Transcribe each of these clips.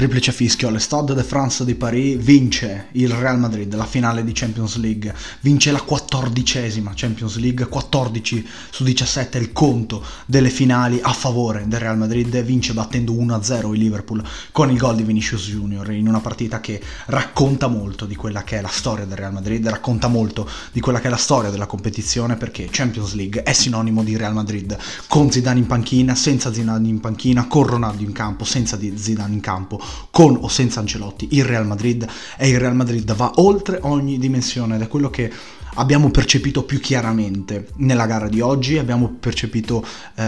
Triplice fischio alle Stade de France di Paris, vince il Real Madrid la finale di Champions League, vince la 14ª Champions League, 14 su 17 il conto delle finali a favore del Real Madrid, vince battendo 1-0 il Liverpool con il gol di Vinicius Junior in una partita che racconta molto di quella che è la storia del Real Madrid, racconta molto di quella che è la storia della competizione, perché Champions League è sinonimo di Real Madrid, con Zidane in panchina, senza Zidane in panchina, con Ronaldo in campo, senza Zidane in campo, con o senza Ancelotti. Il Real Madrid è il Real Madrid, va oltre ogni dimensione ed è quello che abbiamo percepito più chiaramente nella gara di oggi, abbiamo percepito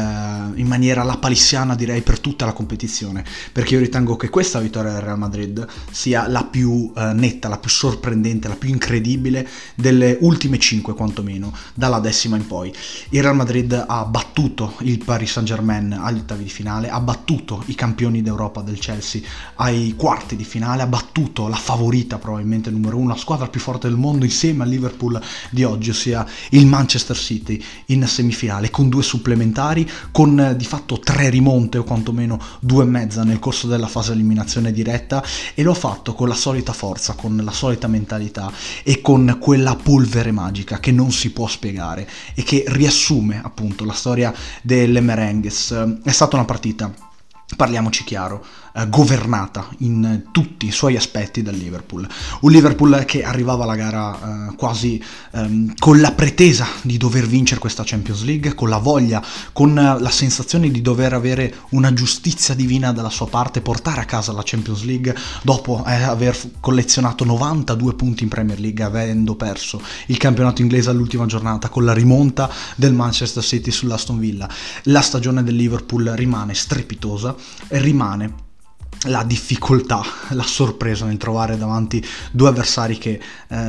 in maniera lapalissiana, direi, per tutta la competizione, perché io ritengo che questa vittoria del Real Madrid sia la più netta, la più sorprendente, la più incredibile delle ultime 5 quantomeno, dalla 10ª in poi. Il Real Madrid ha battuto il Paris Saint-Germain agli ottavi di finale, ha battuto i campioni d'Europa del Chelsea ai quarti di finale, ha battuto la favorita probabilmente numero 1, la squadra più forte del mondo insieme al Liverpool di oggi, ossia il Manchester City, in semifinale, con 2 supplementari, con di fatto 3 rimonte o quantomeno 2,5 nel corso della fase eliminazione diretta, e lo ha fatto con la solita forza, con la solita mentalità e con quella polvere magica che non si può spiegare e che riassume appunto la storia delle Merengues. È stata una partita, parliamoci chiaro, governata in tutti i suoi aspetti dal Liverpool. Un Liverpool che arrivava alla gara quasi con la pretesa di dover vincere questa Champions League, con la voglia, con la sensazione di dover avere una giustizia divina dalla sua parte, portare a casa la Champions League dopo aver collezionato 92 punti in Premier League, avendo perso il campionato inglese all'ultima giornata con la rimonta del Manchester City sull'Aston Villa. La stagione del Liverpool rimane strepitosa e rimane la difficoltà, la sorpresa nel trovare davanti 2 avversari che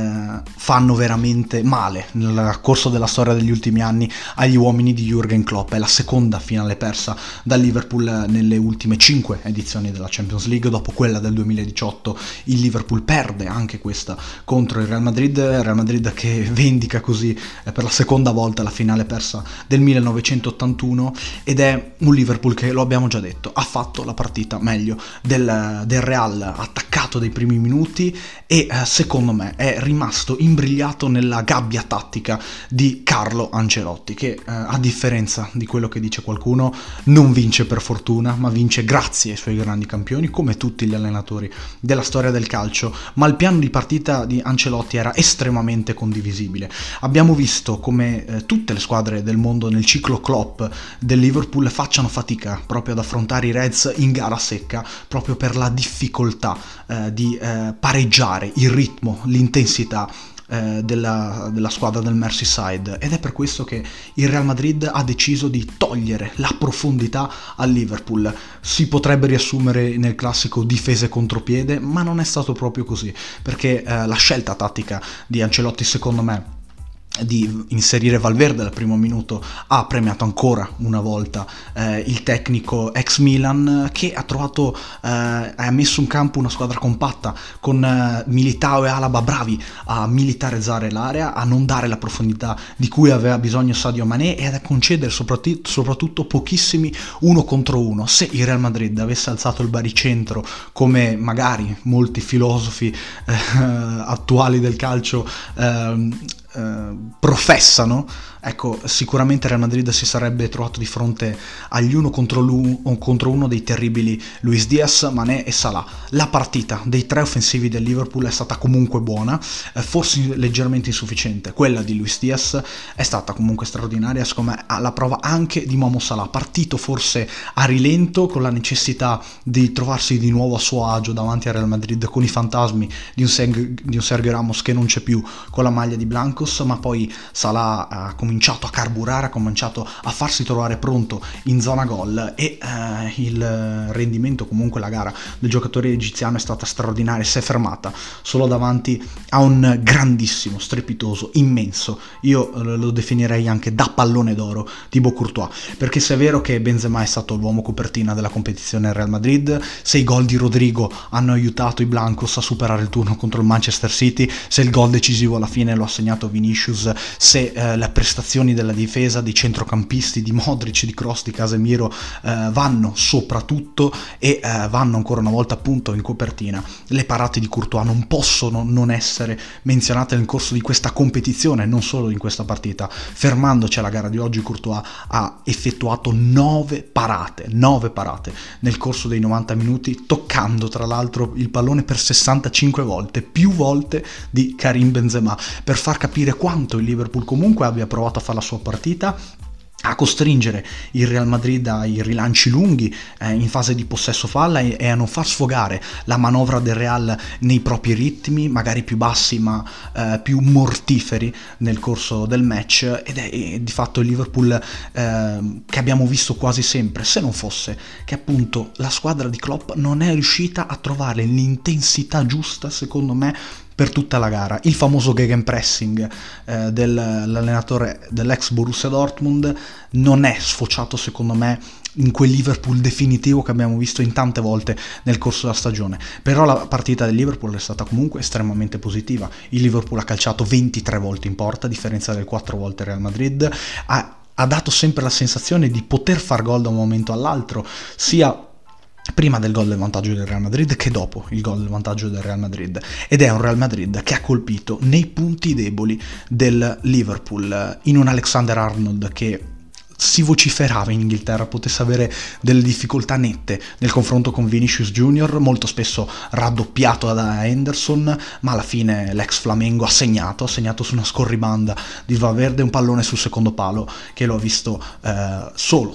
fanno veramente male nel corso della storia degli ultimi anni agli uomini di Jürgen Klopp. È la seconda finale persa dal Liverpool nelle ultime 5 edizioni della Champions League. Dopo quella del 2018 il Liverpool perde anche questa contro il Real Madrid che vendica così per la seconda volta la finale persa del 1981, ed è un Liverpool che, lo abbiamo già detto, ha fatto la partita meglio del Real, attaccato dai primi minuti, e secondo me è rimasto imbrigliato nella gabbia tattica di Carlo Ancelotti, che a differenza di quello che dice qualcuno non vince per fortuna, ma vince grazie ai suoi grandi campioni, come tutti gli allenatori della storia del calcio. Ma il piano di partita di Ancelotti era estremamente condivisibile. Abbiamo visto come tutte le squadre del mondo nel ciclo Klopp del Liverpool facciano fatica proprio ad affrontare i Reds in gara secca, proprio per la difficoltà di pareggiare il ritmo, l'intensità della squadra del Merseyside, ed è per questo che il Real Madrid ha deciso di togliere la profondità al Liverpool. Si potrebbe riassumere nel classico difesa e contropiede, ma non è stato proprio così, perché la scelta tattica di Ancelotti, secondo me, di inserire Valverde al primo minuto, ha premiato ancora una volta il tecnico ex Milan, che ha trovato ha messo in campo una squadra compatta con Militao e Alaba bravi a militarizzare l'area, a non dare la profondità di cui aveva bisogno Sadio Mané e a concedere soprattutto pochissimi 1 contro 1. Se il Real Madrid avesse alzato il baricentro, come magari molti filosofi attuali del calcio professano, ecco, sicuramente Real Madrid si sarebbe trovato di fronte agli 1 contro 1 dei terribili Luis Diaz, Mané e Salah. La partita dei 3 offensivi del Liverpool è stata comunque buona, forse leggermente insufficiente. Quella di Luis Diaz è stata comunque straordinaria, secondo me alla prova anche di Momo Salah, partito forse a rilento, con la necessità di trovarsi di nuovo a suo agio davanti al Real Madrid, con i fantasmi di un Sergio Ramos che non c'è più con la maglia di Blancos, ma poi Salah ha cominciato a carburare, ha cominciato a farsi trovare pronto in zona gol, e il rendimento, comunque la gara del giocatore egiziano è stata straordinaria, si è fermata solo davanti a un grandissimo, strepitoso, immenso, io lo definirei anche da pallone d'oro, Thibaut Courtois, perché se è vero che Benzema è stato l'uomo copertina della competizione Real Madrid, se i gol di Rodrigo hanno aiutato i Blancos a superare il turno contro il Manchester City, se il gol decisivo alla fine lo ha segnato Vinicius, se la prestazioni della difesa, dei centrocampisti, di Modric, di Kroos, di Casemiro vanno soprattutto e vanno ancora una volta appunto in copertina. Le parate di Courtois non possono non essere menzionate nel corso di questa competizione, non solo in questa partita. Fermandoci alla gara di oggi, Courtois ha effettuato 9 parate nel corso dei 90 minuti, toccando tra l'altro il pallone per 65 volte, più volte di Karim Benzema, per far capire quanto il Liverpool comunque abbia provato a fare la sua partita, a costringere il Real Madrid ai rilanci lunghi in fase di possesso palla e a non far sfogare la manovra del Real nei propri ritmi, magari più bassi ma più mortiferi nel corso del match, ed è di fatto il Liverpool che abbiamo visto quasi sempre, se non fosse che appunto la squadra di Klopp non è riuscita a trovare l'intensità giusta, secondo me, per tutta la gara. Il famoso gegenpressing dell'allenatore dell'ex Borussia Dortmund non è sfociato, secondo me, in quel Liverpool definitivo che abbiamo visto in tante volte nel corso della stagione. Però la partita del Liverpool è stata comunque estremamente positiva. Il Liverpool ha calciato 23 volte in porta, a differenza del 4 volte Real Madrid, ha dato sempre la sensazione di poter far gol da un momento all'altro, sia prima del gol del vantaggio del Real Madrid che dopo il gol del vantaggio del Real Madrid, ed è un Real Madrid che ha colpito nei punti deboli del Liverpool, in un Alexander-Arnold che si vociferava in Inghilterra potesse avere delle difficoltà nette nel confronto con Vinicius Junior, molto spesso raddoppiato da Henderson, ma alla fine l'ex Flamengo ha segnato su una scorribanda di Valverde, un pallone sul secondo palo che lo ha visto solo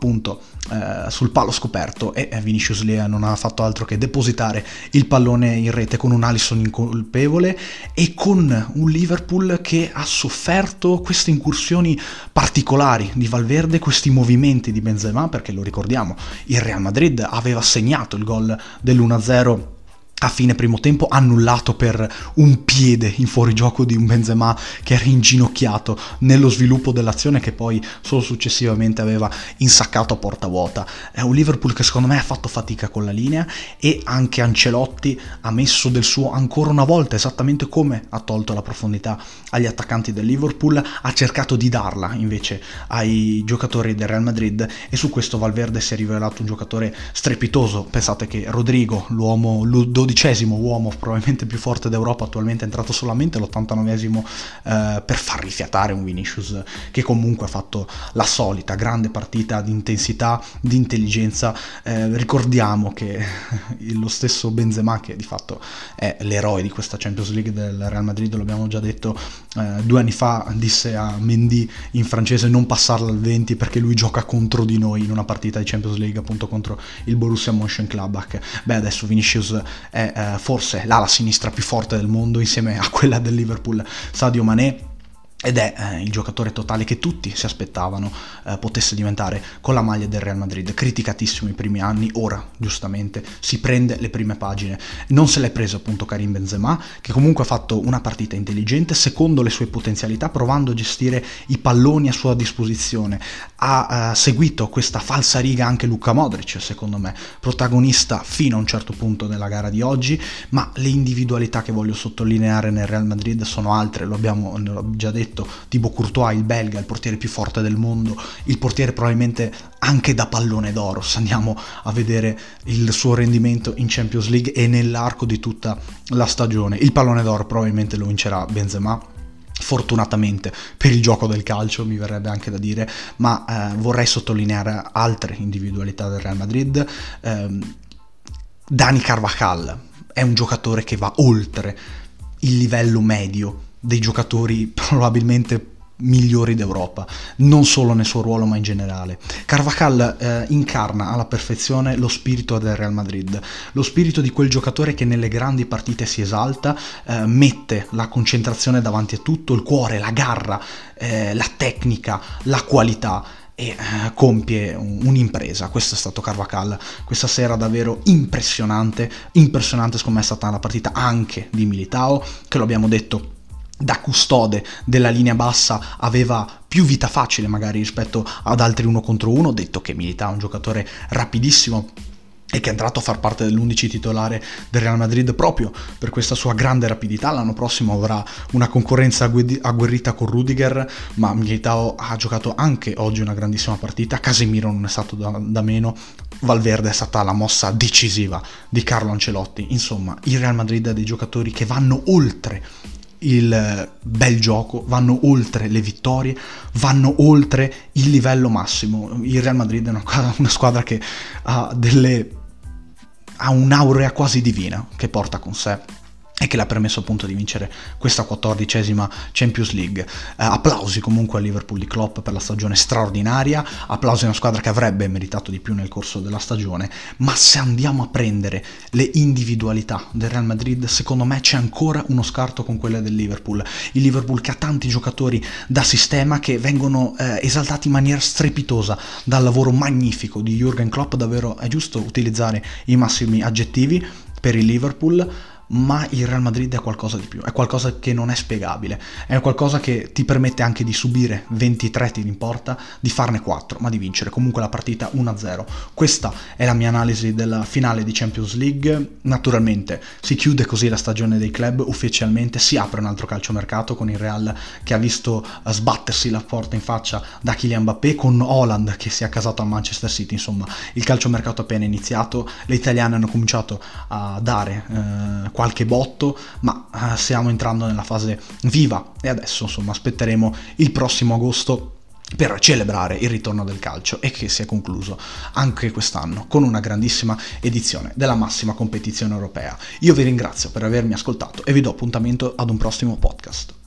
sul palo scoperto, e Vinicius lì non ha fatto altro che depositare il pallone in rete con un Alisson incolpevole e con un Liverpool che ha sofferto queste incursioni particolari di Valverde, questi movimenti di Benzema, perché lo ricordiamo, il Real Madrid aveva segnato il gol dell'1-0 a fine primo tempo, annullato per un piede in fuorigioco di un Benzema che era inginocchiato nello sviluppo dell'azione, che poi solo successivamente aveva insaccato a porta vuota. È un Liverpool che secondo me ha fatto fatica con la linea, e anche Ancelotti ha messo del suo ancora una volta, esattamente come ha tolto la profondità agli attaccanti del Liverpool, ha cercato di darla invece ai giocatori del Real Madrid, e su questo Valverde si è rivelato un giocatore strepitoso. Pensate che Rodrigo, l'uomo 12° uomo probabilmente più forte d'Europa attualmente, è entrato solamente all'89esimo per far rifiatare un Vinicius che comunque ha fatto la solita grande partita di intensità, di intelligenza. Ricordiamo che lo stesso Benzema, che di fatto è l'eroe di questa Champions League del Real Madrid, lo abbiamo già detto 2 anni fa, disse a Mendy in francese non passarla al 20 perché lui gioca contro di noi in una partita di Champions League appunto contro il Borussia Mönchengladbach. Beh, adesso Vinicius è forse l'ala sinistra più forte del mondo insieme a quella del Liverpool, Sadio Mané, ed è il giocatore totale che tutti si aspettavano potesse diventare con la maglia del Real Madrid. Criticatissimo i primi anni, ora giustamente si prende le prime pagine. Non se l'è preso appunto Karim Benzema, che comunque ha fatto una partita intelligente secondo le sue potenzialità, provando a gestire i palloni a sua disposizione. Ha seguito questa falsa riga anche Luka Modric, secondo me protagonista fino a un certo punto della gara di oggi, ma le individualità che voglio sottolineare nel Real Madrid sono altre. L'ho già detto, Thibaut Courtois, il belga, il portiere più forte del mondo, il portiere probabilmente anche da pallone d'oro, se andiamo a vedere il suo rendimento in Champions League e nell'arco di tutta la stagione. Il pallone d'oro probabilmente lo vincerà Benzema, fortunatamente per il gioco del calcio, mi verrebbe anche da dire, ma vorrei sottolineare altre individualità del Real Madrid. Dani Carvajal è un giocatore che va oltre il livello medio dei giocatori probabilmente migliori d'Europa, non solo nel suo ruolo ma in generale. Carvajal incarna alla perfezione lo spirito del Real Madrid, lo spirito di quel giocatore che nelle grandi partite si esalta, mette la concentrazione davanti a tutto, il cuore, la garra, la tecnica, la qualità, e compie un'impresa. Questo è stato Carvajal questa sera, davvero impressionante secondo me è stata la partita anche di Militao, che lo abbiamo detto da custode della linea bassa aveva più vita facile magari rispetto ad altri 1 contro 1, detto che Militao è un giocatore rapidissimo, e che è entrato a far parte dell'11 titolare del Real Madrid proprio per questa sua grande rapidità. L'anno prossimo avrà una concorrenza agguerrita con Rudiger, ma Militao ha giocato anche oggi una grandissima partita, Casemiro non è stato da meno, Valverde è stata la mossa decisiva di Carlo Ancelotti. Insomma, il Real Madrid ha dei giocatori che vanno oltre il bel gioco, vanno oltre le vittorie, vanno oltre il livello massimo. Il Real Madrid è una squadra che ha un'aurea quasi divina che porta con sé e che le ha permesso appunto di vincere questa 14ª Champions League. Applausi comunque al Liverpool di Klopp per la stagione straordinaria, applausi a una squadra che avrebbe meritato di più nel corso della stagione, ma se andiamo a prendere le individualità del Real Madrid, secondo me c'è ancora uno scarto con quelle del Liverpool. Il Liverpool che ha tanti giocatori da sistema che vengono esaltati in maniera strepitosa dal lavoro magnifico di Jürgen Klopp. Davvero è giusto utilizzare i massimi aggettivi per il Liverpool, ma il Real Madrid è qualcosa di più, è qualcosa che non è spiegabile, è qualcosa che ti permette anche di subire 23 tiri in porta, di farne 4, ma di vincere comunque la partita 1-0. Questa è la mia analisi della finale di Champions League. Naturalmente si chiude così la stagione dei club ufficialmente, si apre un altro calciomercato con il Real che ha visto sbattersi la porta in faccia da Kylian Mbappé, con Haaland che si è accasato a Manchester City. Insomma, il calciomercato è appena iniziato, le italiane hanno cominciato a dare qualche botto, ma stiamo entrando nella fase viva e adesso insomma aspetteremo il prossimo agosto per celebrare il ritorno del calcio, e che si è concluso anche quest'anno con una grandissima edizione della massima competizione europea. Io vi ringrazio per avermi ascoltato e vi do appuntamento ad un prossimo podcast.